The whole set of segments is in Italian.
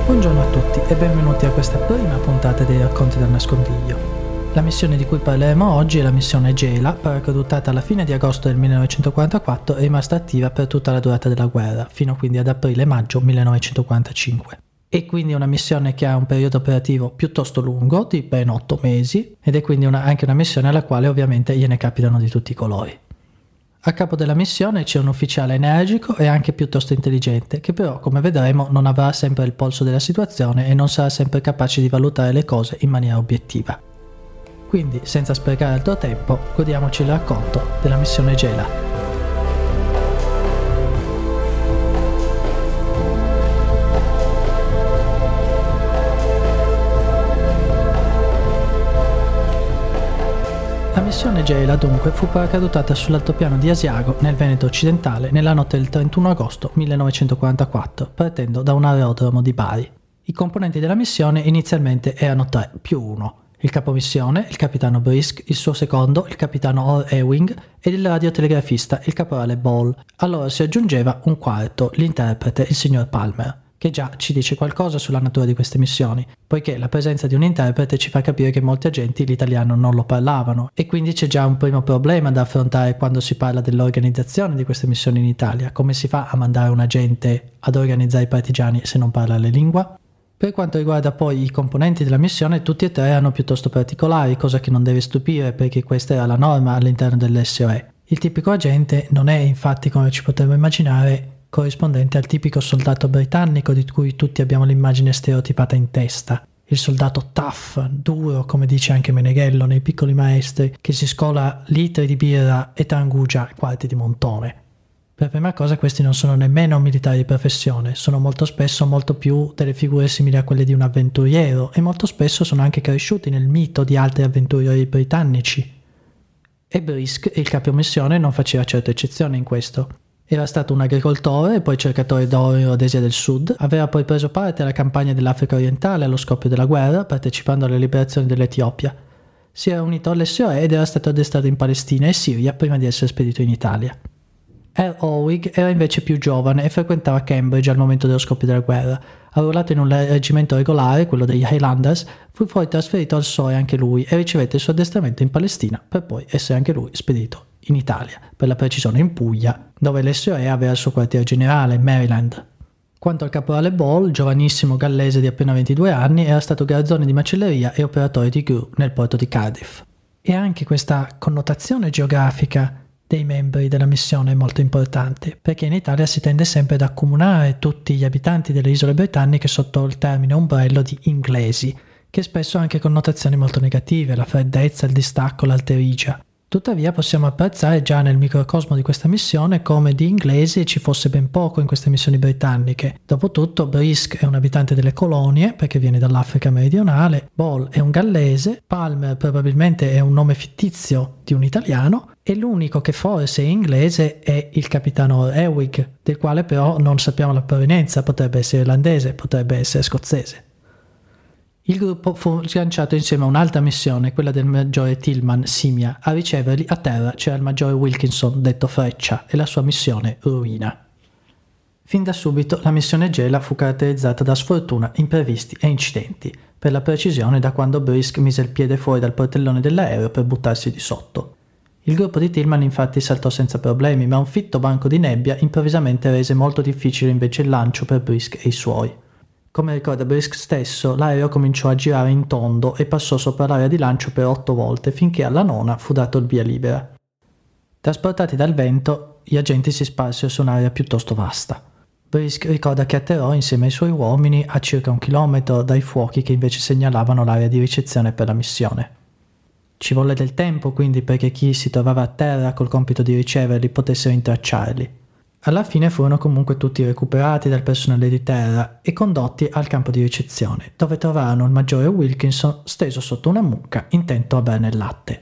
Buongiorno a tutti e benvenuti a questa prima puntata dei Racconti dal Nascondiglio. La missione di cui parleremo oggi è la missione Gela, paracadutata alla fine di agosto del 1944 e rimasta attiva per tutta la durata della guerra, fino quindi ad aprile-maggio 1945. È quindi una missione che ha un periodo operativo piuttosto lungo, di ben 8 mesi, ed è quindi anche una missione alla quale ovviamente gliene capitano di tutti i colori. A capo della missione c'è un ufficiale energico e anche piuttosto intelligente, che però, come vedremo, non avrà sempre il polso della situazione e non sarà sempre capace di valutare le cose in maniera obiettiva. Quindi, senza sprecare altro tempo, godiamoci il racconto della missione Gela. La missione Gela dunque fu paracadutata sull'altopiano di Asiago nel Veneto occidentale nella notte del 31 agosto 1944, partendo da un aerodromo di Bari. I componenti della missione inizialmente erano 3 più 1. Il capomissione, il capitano Brisk, il suo secondo, il capitano Orr Ewing, ed il radiotelegrafista, il caporale Ball. Allora si aggiungeva un quarto, l'interprete, il signor Palmer, che già ci dice qualcosa sulla natura di queste missioni, poiché la presenza di un interprete ci fa capire che molti agenti l'italiano non lo parlavano, e quindi c'è già un primo problema da affrontare quando si parla dell'organizzazione di queste missioni in Italia. Come si fa a mandare un agente ad organizzare i partigiani se non parla la lingua? Per quanto riguarda poi i componenti della missione, tutti e tre erano piuttosto particolari, cosa che non deve stupire perché questa era la norma all'interno dell'SOE. Il tipico agente non è infatti, come ci potremmo immaginare, corrispondente al tipico soldato britannico di cui tutti abbiamo l'immagine stereotipata in testa. Il soldato tough, duro, come dice anche Meneghello nei Piccoli Maestri, che si scola litri di birra e trangugia quarti di montone. Per prima cosa questi non sono nemmeno militari di professione, sono molto spesso molto più delle figure simili a quelle di un avventuriero e molto spesso sono anche cresciuti nel mito di altri avventurieri britannici. E Brisk, il capomissione, non faceva certo eccezione in questo. Era stato un agricoltore e poi cercatore d'oro in Rhodesia del Sud, aveva poi preso parte alla campagna dell'Africa orientale allo scoppio della guerra, partecipando alla liberazione dell'Etiopia. Si era unito all'SOE ed era stato addestrato in Palestina e Siria prima di essere spedito in Italia. Earl Owig era invece più giovane e frequentava Cambridge al momento dello scoppio della guerra. Arruolato in un reggimento regolare, quello degli Highlanders, fu poi trasferito al SOE anche lui e ricevette il suo addestramento in Palestina per poi essere anche lui spedito in Italia, per la precisione in Puglia, dove l'SOE aveva il suo quartier generale, Maryland. Quanto al caporale Ball, giovanissimo gallese di appena 22 anni, era stato garzone di macelleria e operatore di gru nel porto di Cardiff. E anche questa connotazione geografica dei membri della missione è molto importante, perché in Italia si tende sempre ad accomunare tutti gli abitanti delle isole britanniche sotto il termine ombrello di inglesi, che spesso ha anche connotazioni molto negative, la freddezza, il distacco, l'alterigia. Tuttavia possiamo apprezzare già nel microcosmo di questa missione come di inglesi ci fosse ben poco in queste missioni britanniche. Dopotutto Brisk è un abitante delle colonie perché viene dall'Africa meridionale, Ball è un gallese, Palmer probabilmente è un nome fittizio di un italiano e l'unico che forse è inglese è il capitano Ewing, del quale però non sappiamo la provenienza, potrebbe essere irlandese, potrebbe essere scozzese. Il gruppo fu sganciato insieme a un'altra missione, quella del maggiore Tillman Simia. A riceverli a terra c'era il maggiore Wilkinson, detto Freccia, e la sua missione Ruina. Fin da subito la missione Gela fu caratterizzata da sfortuna, imprevisti e incidenti, per la precisione da quando Brisk mise il piede fuori dal portellone dell'aereo per buttarsi di sotto. Il gruppo di Tillman infatti saltò senza problemi, ma un fitto banco di nebbia improvvisamente rese molto difficile invece il lancio per Brisk e i suoi. Come ricorda Brisk stesso, l'aereo cominciò a girare in tondo e passò sopra l'area di lancio per 8 volte finché alla 9ª fu dato il via libera. Trasportati dal vento, gli agenti si sparsero su un'area piuttosto vasta. Brisk ricorda che atterrò insieme ai suoi uomini a circa 1 chilometro dai fuochi che invece segnalavano l'area di ricezione per la missione. Ci volle del tempo quindi perché chi si trovava a terra col compito di riceverli potesse rintracciarli. Alla fine furono comunque tutti recuperati dal personale di terra e condotti al campo di ricezione, dove trovarono il maggiore Wilkinson steso sotto una mucca, intento a berne il latte.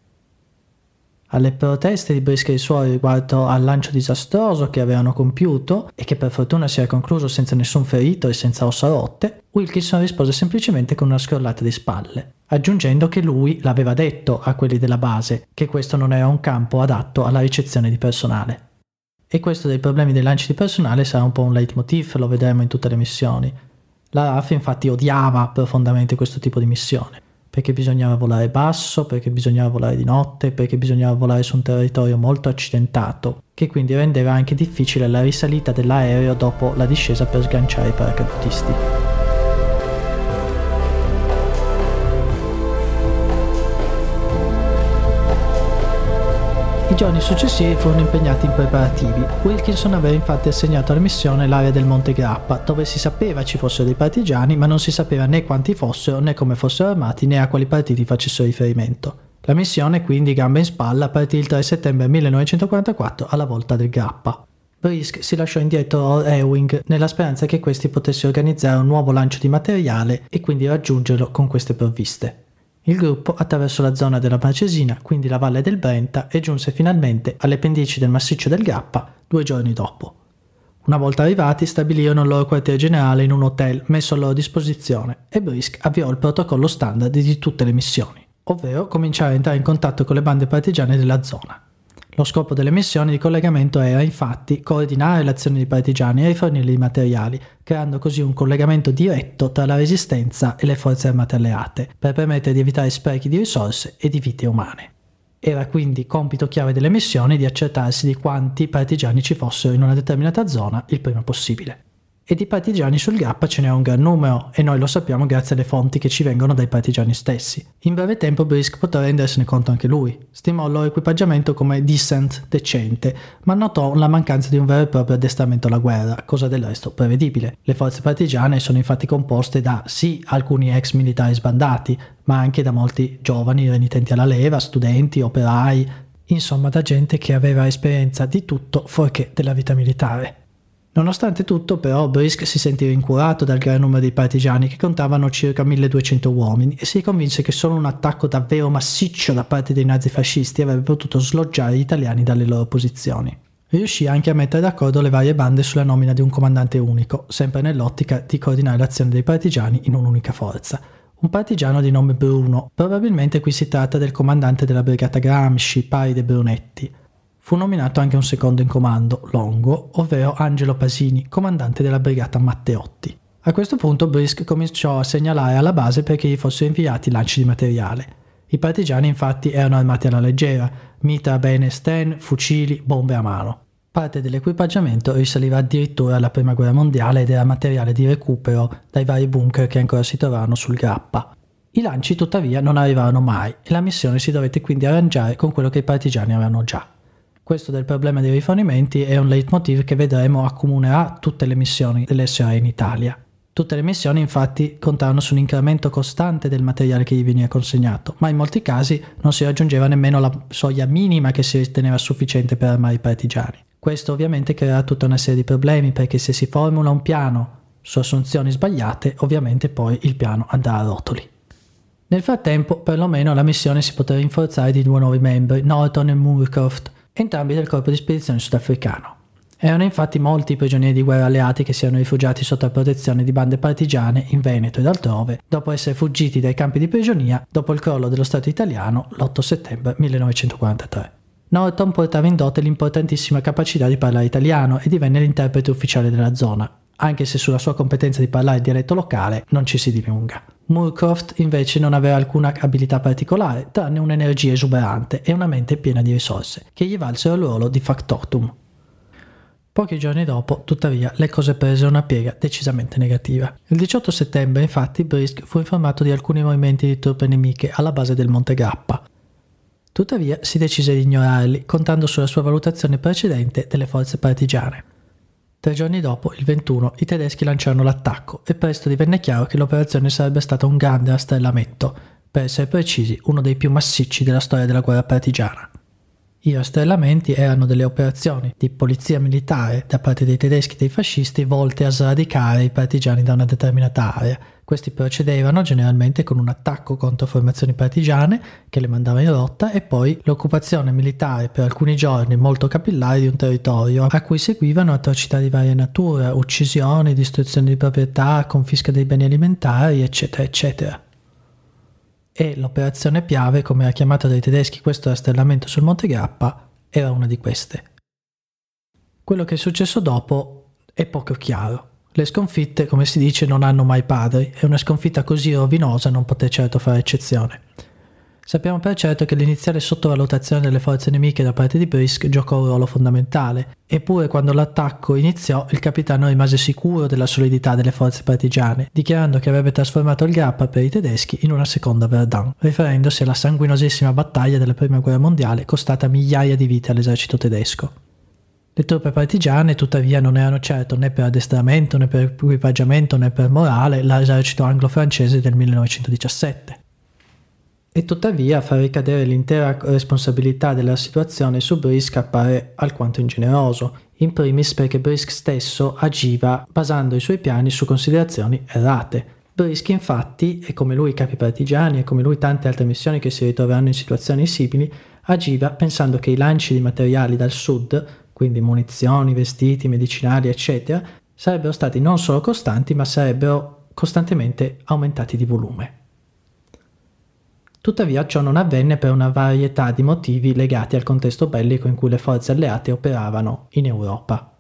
Alle proteste di Brisk e i suoi riguardo al lancio disastroso che avevano compiuto e che per fortuna si era concluso senza nessun ferito e senza ossa rotte, Wilkinson rispose semplicemente con una scrollata di spalle, aggiungendo che lui l'aveva detto a quelli della base che questo non era un campo adatto alla ricezione di personale. E questo dei problemi dei lanci di personale sarà un po' un leitmotiv, lo vedremo in tutte le missioni. La RAF infatti odiava profondamente questo tipo di missione, perché bisognava volare basso, perché bisognava volare di notte, perché bisognava volare su un territorio molto accidentato, che quindi rendeva anche difficile la risalita dell'aereo dopo la discesa per sganciare i paracadutisti. I giorni successivi furono impegnati in preparativi. Wilkinson aveva infatti assegnato alla missione l'area del Monte Grappa, dove si sapeva ci fossero dei partigiani, ma non si sapeva né quanti fossero, né come fossero armati, né a quali partiti facessero riferimento. La missione, quindi, gamba in spalla, partì il 3 settembre 1944 alla volta del Grappa. Brisk si lasciò indietro Ewing nella speranza che questi potessero organizzare un nuovo lancio di materiale e quindi raggiungerlo con queste provviste. Il gruppo attraversò la zona della Marcesina, quindi la valle del Brenta, e giunse finalmente alle pendici del massiccio del Grappa 2 giorni dopo. Una volta arrivati, stabilirono il loro quartier generale in un hotel messo a loro disposizione e Brisk avviò il protocollo standard di tutte le missioni, ovvero cominciare a entrare in contatto con le bande partigiane della zona. Lo scopo delle missioni di collegamento era infatti coordinare le azioni dei partigiani e rifornirli di materiali, creando così un collegamento diretto tra la resistenza e le forze armate alleate, per permettere di evitare sprechi di risorse e di vite umane. Era quindi compito chiave delle missioni di accertarsi di quanti partigiani ci fossero in una determinata zona il prima possibile. E di partigiani sul Grappa ce n'era un gran numero, e noi lo sappiamo grazie alle fonti che ci vengono dai partigiani stessi. In breve tempo Brisk poté rendersene conto anche lui. Stimò il loro equipaggiamento come decent, decente, ma notò la mancanza di un vero e proprio addestramento alla guerra, cosa del resto prevedibile. Le forze partigiane sono infatti composte da, sì, alcuni ex militari sbandati, ma anche da molti giovani renitenti alla leva, studenti, operai, insomma da gente che aveva esperienza di tutto fuorché della vita militare. Nonostante tutto, però, Brisk si sentì rincurato dal gran numero di partigiani che contavano circa 1200 uomini e si convinse che solo un attacco davvero massiccio da parte dei nazifascisti avrebbe potuto sloggiare gli italiani dalle loro posizioni. Riuscì anche a mettere d'accordo le varie bande sulla nomina di un comandante unico, sempre nell'ottica di coordinare l'azione dei partigiani in un'unica forza. Un partigiano di nome Bruno, probabilmente qui si tratta del comandante della brigata Gramsci, Paride Brunetti. Fu nominato anche un secondo in comando, Longo, ovvero Angelo Pasini, comandante della brigata Matteotti. A questo punto Brisk cominciò a segnalare alla base perché gli fossero inviati lanci di materiale. I partigiani infatti erano armati alla leggera, mitra bene Sten, fucili, bombe a mano. Parte dell'equipaggiamento risaliva addirittura alla Prima Guerra Mondiale ed era materiale di recupero dai vari bunker che ancora si trovavano sul Grappa. I lanci tuttavia non arrivarono mai e la missione si dovette quindi arrangiare con quello che i partigiani avevano già. Questo del problema dei rifornimenti è un leitmotiv che vedremo accomunerà tutte le missioni dell'SOE in Italia. Tutte le missioni infatti contarono su un incremento costante del materiale che gli veniva consegnato, ma in molti casi non si raggiungeva nemmeno la soglia minima che si riteneva sufficiente per armare i partigiani. Questo ovviamente creerà tutta una serie di problemi perché se si formula un piano su assunzioni sbagliate, ovviamente poi il piano andrà a rotoli. Nel frattempo, perlomeno, la missione si poté rinforzare di 2 nuovi membri, Norton e Moorcroft, entrambi del corpo di spedizione sudafricano. Erano infatti molti i prigionieri di guerra alleati che si erano rifugiati sotto la protezione di bande partigiane in Veneto ed altrove, dopo essere fuggiti dai campi di prigionia dopo il crollo dello Stato italiano l'8 settembre 1943. Norton portava in dote l'importantissima capacità di parlare italiano e divenne l'interprete ufficiale della zona, anche se sulla sua competenza di parlare il dialetto locale non ci si dilunga. Moorcroft invece non aveva alcuna abilità particolare, tranne un'energia esuberante e una mente piena di risorse, che gli valsero il ruolo di factotum. Pochi giorni dopo, tuttavia, le cose presero una piega decisamente negativa. Il 18 settembre, infatti, Brisk fu informato di alcuni movimenti di truppe nemiche alla base del Monte Grappa. Tuttavia, si decise di ignorarli, contando sulla sua valutazione precedente delle forze partigiane. 3 giorni dopo, il 21, i tedeschi lanciarono l'attacco e presto divenne chiaro che l'operazione sarebbe stata un grande rastrellamento, per essere precisi uno dei più massicci della storia della guerra partigiana. I rastrellamenti erano delle operazioni di polizia militare da parte dei tedeschi e dei fascisti volte a sradicare i partigiani da una determinata area. Questi procedevano generalmente con un attacco contro formazioni partigiane che le mandava in rotta e poi l'occupazione militare per alcuni giorni molto capillari di un territorio a cui seguivano atrocità di varia natura, uccisioni, distruzione di proprietà, confisca dei beni alimentari, eccetera, eccetera. E l'operazione Piave, come era chiamato dai tedeschi questo rastrellamento sul Monte Grappa, era una di queste. Quello che è successo dopo è poco chiaro. Le sconfitte, come si dice, non hanno mai padri, e una sconfitta così rovinosa non poté certo fare eccezione. Sappiamo per certo che l'iniziale sottovalutazione delle forze nemiche da parte di Brisk giocò un ruolo fondamentale, eppure quando l'attacco iniziò il capitano rimase sicuro della solidità delle forze partigiane, dichiarando che avrebbe trasformato il Grappa per i tedeschi in una seconda Verdun, riferendosi alla sanguinosissima battaglia della Prima Guerra Mondiale costata migliaia di vite all'esercito tedesco. Le truppe partigiane tuttavia non erano certo né per addestramento né per equipaggiamento né per morale l'esercito anglo-francese del 1917. E tuttavia far ricadere l'intera responsabilità della situazione su Brisk appare alquanto ingeneroso, in primis perché Brisk stesso agiva basando i suoi piani su considerazioni errate. Brisk infatti, e come lui i capi partigiani e come lui tante altre missioni che si ritroveranno in situazioni simili, agiva pensando che i lanci di materiali dal sud, quindi munizioni, vestiti, medicinali, eccetera, sarebbero stati non solo costanti, ma sarebbero costantemente aumentati di volume. Tuttavia ciò non avvenne per una varietà di motivi legati al contesto bellico in cui le forze alleate operavano in Europa.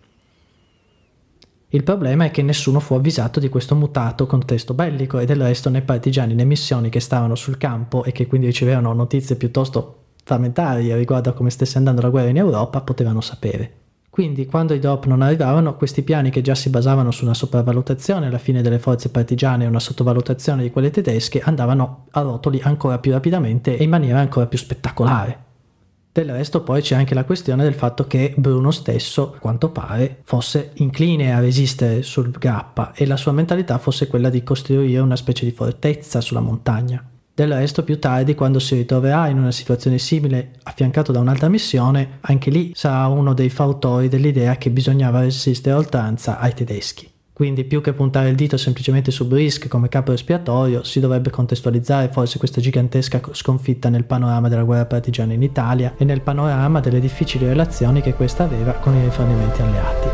Il problema è che nessuno fu avvisato di questo mutato contesto bellico e del resto né partigiani né missioni che stavano sul campo e che quindi ricevevano notizie piuttosto frammentarie riguardo a come stesse andando la guerra in Europa potevano sapere. Quindi quando i drop non arrivavano, questi piani che già si basavano su una sopravvalutazione alla fine delle forze partigiane e una sottovalutazione di quelle tedesche andavano a rotoli ancora più rapidamente e in maniera ancora più spettacolare. Del resto poi c'è anche la questione del fatto che Bruno stesso, a quanto pare, fosse incline a resistere sul Grappa e la sua mentalità fosse quella di costruire una specie di fortezza sulla montagna. Del resto più tardi, quando si ritroverà in una situazione simile affiancato da un'altra missione, anche lì sarà uno dei fautori dell'idea che bisognava resistere a oltranza ai tedeschi. Quindi più che puntare il dito semplicemente su Brisk come capo espiatorio, si dovrebbe contestualizzare forse questa gigantesca sconfitta nel panorama della guerra partigiana in Italia e nel panorama delle difficili relazioni che questa aveva con i rifornimenti alleati.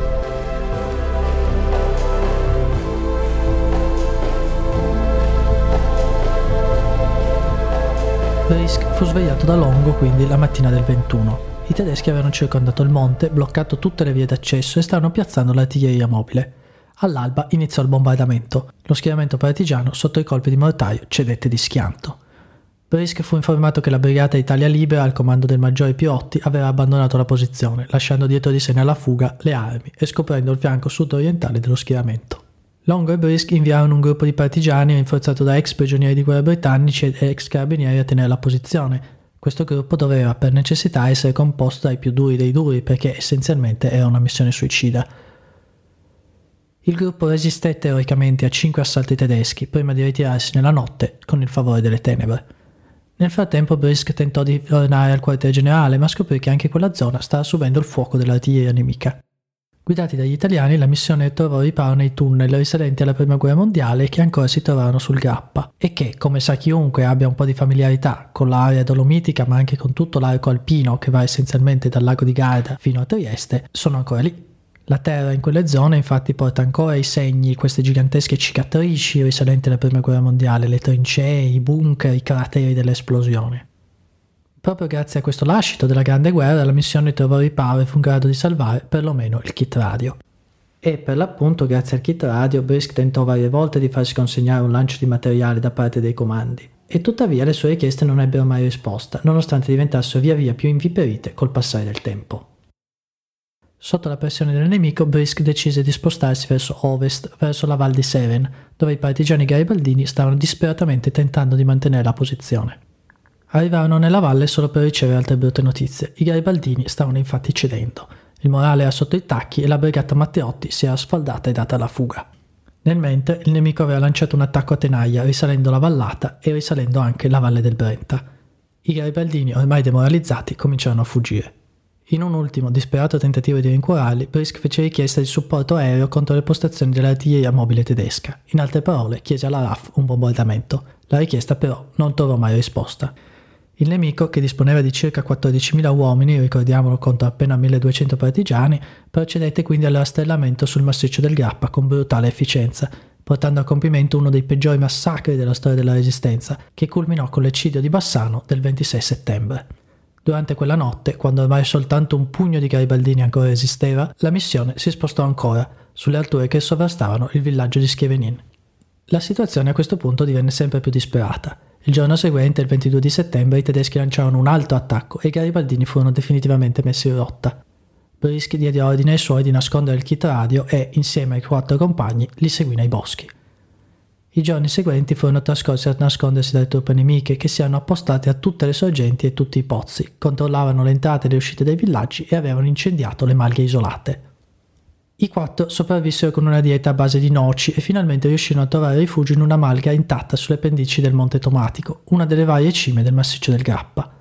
Brisk fu svegliato da Longo quindi la mattina del 21. I tedeschi avevano circondato il monte, bloccato tutte le vie d'accesso e stavano piazzando l'artiglieria mobile. All'alba iniziò il bombardamento. Lo schieramento partigiano, sotto i colpi di mortaio, cedette di schianto. Brisk fu informato che la brigata Italia Libera, al comando del maggiore Piotti, aveva abbandonato la posizione, lasciando dietro di sé nella fuga le armi e scoprendo il fianco sud-orientale dello schieramento. Longo e Brisk inviarono un gruppo di partigiani rinforzato da ex prigionieri di guerra britannici ed ex carabinieri a tenere la posizione. Questo gruppo doveva per necessità essere composto dai più duri dei duri perché essenzialmente era una missione suicida. Il gruppo resistette eroicamente a 5 assalti tedeschi prima di ritirarsi nella notte con il favore delle tenebre. Nel frattempo Brisk tentò di tornare al quartier generale ma scoprì che anche quella zona stava subendo il fuoco dell'artiglieria nemica. Guidati dagli italiani, la missione trovò riparo nei tunnel risalenti alla Prima Guerra Mondiale che ancora si trovavano sul Grappa e che, come sa chiunque abbia un po' di familiarità con l'area dolomitica ma anche con tutto l'arco alpino che va essenzialmente dal lago di Garda fino a Trieste, sono ancora lì. La terra in quelle zone infatti porta ancora i segni, queste gigantesche cicatrici risalenti alla Prima Guerra Mondiale, le trincee, i bunker, i crateri dell'esplosione. Proprio grazie a questo lascito della Grande Guerra la missione trovò riparo e fu in grado di salvare perlomeno il kit radio. E per l'appunto grazie al kit radio Brisk tentò varie volte di farsi consegnare un lancio di materiale da parte dei comandi e tuttavia le sue richieste non ebbero mai risposta, nonostante diventassero via via più inviperite col passare del tempo. Sotto la pressione del nemico Brisk decise di spostarsi verso ovest, verso la Val di Seven, dove i partigiani garibaldini stavano disperatamente tentando di mantenere la posizione. Arrivarono nella valle solo per ricevere altre brutte notizie. I garibaldini stavano infatti cedendo. Il morale era sotto i tacchi e la brigata Matteotti si era sfaldata e data alla fuga. Nel mentre il nemico aveva lanciato un attacco a tenaglia risalendo la vallata e risalendo anche la valle del Brenta. I garibaldini, ormai demoralizzati, cominciarono a fuggire. In un ultimo disperato tentativo di rincuorarli, Brisk fece richiesta di supporto aereo contro le postazioni dell'artiglieria mobile tedesca. In altre parole, chiese alla RAF un bombardamento. La richiesta però non trovò mai risposta. Il nemico, che disponeva di circa 14.000 uomini, ricordiamolo contro appena 1.200 partigiani, procedette quindi al rastrellamento sul massiccio del Grappa con brutale efficienza, portando a compimento uno dei peggiori massacri della storia della Resistenza, che culminò con l'eccidio di Bassano del 26 settembre. Durante quella notte, quando ormai soltanto un pugno di garibaldini ancora esisteva, la missione si spostò ancora, sulle alture che sovrastavano il villaggio di Scheveningen. La situazione a questo punto divenne sempre più disperata. Il giorno seguente, il 22 di settembre, i tedeschi lanciarono un altro attacco e i garibaldini furono definitivamente messi in rotta. Brisk diede ordine ai suoi di nascondere il kit radio e, insieme ai 4 compagni, li seguì nei boschi. I giorni seguenti furono trascorsi a nascondersi dalle truppe nemiche che si erano appostate a tutte le sorgenti e tutti i pozzi, controllavano le entrate e le uscite dei villaggi e avevano incendiato le malghe isolate. I 4 sopravvissero con una dieta a base di noci e finalmente riuscirono a trovare rifugio in una malga intatta sulle pendici del Monte Tomatico, una delle varie cime del massiccio del Grappa.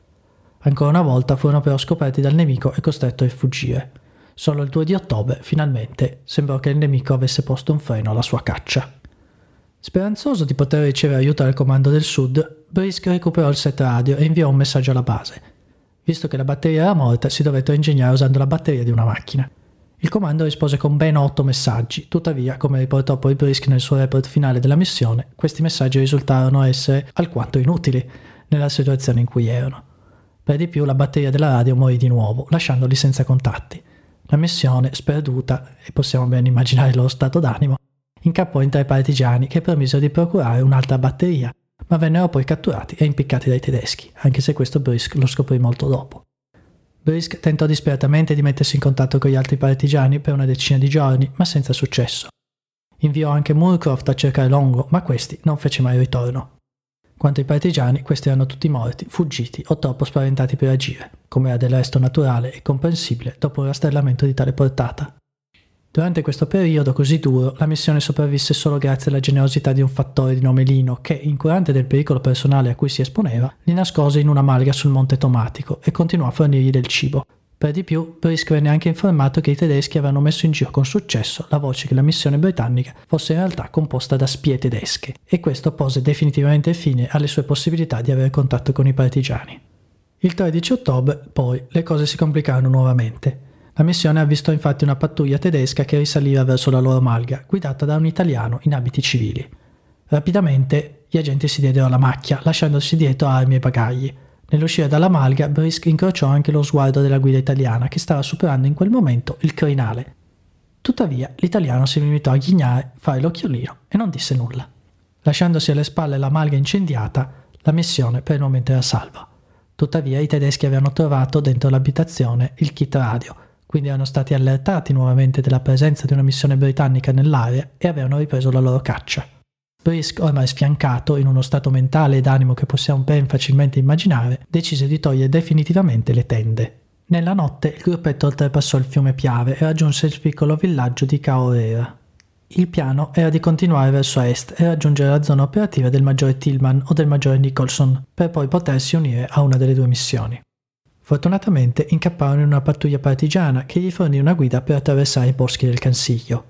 Ancora una volta furono però scoperti dal nemico e costretti a fuggire. Solo il 2 di ottobre, finalmente, sembrò che il nemico avesse posto un freno alla sua caccia. Speranzoso di poter ricevere aiuto dal comando del sud, Brisk recuperò il set radio e inviò un messaggio alla base. Visto che la batteria era morta, si dovettero ingegnare usando la batteria di una macchina. Il comando rispose con ben 8 messaggi, tuttavia, come riportò poi Brisk nel suo report finale della missione, questi messaggi risultarono essere alquanto inutili nella situazione in cui erano. Per di più, la batteria della radio morì di nuovo, lasciandoli senza contatti. La missione, sperduta, e possiamo ben immaginare il loro stato d'animo, incappò in 3 partigiani che promisero di procurare un'altra batteria, ma vennero poi catturati e impiccati dai tedeschi, anche se questo Brisk lo scoprì molto dopo. Brisk tentò disperatamente di mettersi in contatto con gli altri partigiani per una decina di giorni, ma senza successo. Inviò anche Moorcroft a cercare Longo, ma questi non fece mai ritorno. Quanto ai partigiani, questi erano tutti morti, fuggiti o troppo spaventati per agire, come era del resto naturale e comprensibile dopo un rastrellamento di tale portata. Durante questo periodo così duro, la missione sopravvisse solo grazie alla generosità di un fattore di nome Lino che, incurante del pericolo personale a cui si esponeva, li nascose in una malga sul Monte Tomatico e continuò a fornirgli del cibo. Per di più, Brisk venne anche informato che i tedeschi avevano messo in giro con successo la voce che la missione britannica fosse in realtà composta da spie tedesche, e questo pose definitivamente fine alle sue possibilità di avere contatto con i partigiani. Il 13 ottobre, poi, le cose si complicarono nuovamente. La missione avvistò infatti una pattuglia tedesca che risaliva verso la loro malga, guidata da un italiano in abiti civili. Rapidamente gli agenti si diedero alla macchia, lasciandosi dietro armi e bagagli. Nell'uscire dalla malga, Brisk incrociò anche lo sguardo della guida italiana che stava superando in quel momento il crinale. Tuttavia, l'italiano si limitò a ghignare, fare l'occhiolino e non disse nulla. Lasciandosi alle spalle la malga incendiata, la missione per il momento era salva. Tuttavia, i tedeschi avevano trovato dentro l'abitazione il kit radio, quindi erano stati allertati nuovamente della presenza di una missione britannica nell'area e avevano ripreso la loro caccia. Brisk, ormai sfiancato, in uno stato mentale ed animo che possiamo ben facilmente immaginare, decise di togliere definitivamente le tende. Nella notte il gruppetto oltrepassò il fiume Piave e raggiunse il piccolo villaggio di Caorera. Il piano era di continuare verso est e raggiungere la zona operativa del maggiore Tillman o del maggiore Nicholson, per poi potersi unire a una delle 2 missioni. Fortunatamente incapparono in una pattuglia partigiana che gli fornì una guida per attraversare i boschi del Cansiglio.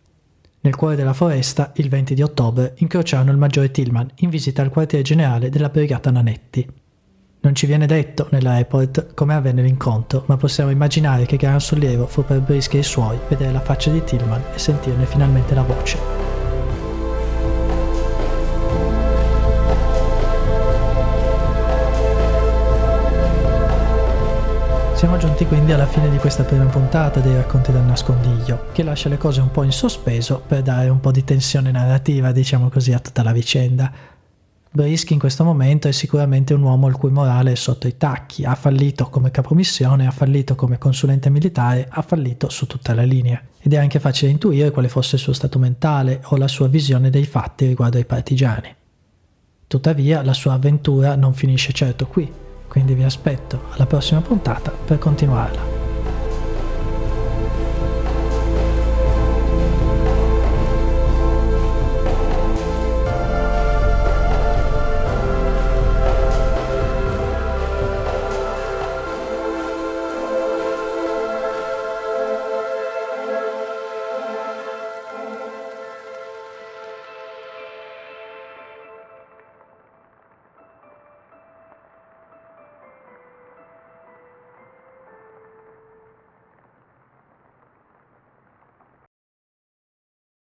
Nel cuore della foresta, il 20 di ottobre, incrociarono il maggiore Tillman in visita al quartier generale della brigata Nanetti. Non ci viene detto nel report come avvenne l'incontro, ma possiamo immaginare che gran sollievo fu per Brisk e i suoi vedere la faccia di Tillman e sentirne finalmente la voce. Siamo giunti quindi alla fine di questa prima puntata dei Racconti dal Nascondiglio, che lascia le cose un po' in sospeso per dare un po' di tensione narrativa, diciamo così, a tutta la vicenda. Brisk in questo momento è sicuramente un uomo il cui morale è sotto i tacchi, ha fallito come capomissione, ha fallito come consulente militare, ha fallito su tutta la linea. Ed è anche facile intuire quale fosse il suo stato mentale o la sua visione dei fatti riguardo ai partigiani. Tuttavia la sua avventura non finisce certo qui. Quindi vi aspetto alla prossima puntata per continuarla.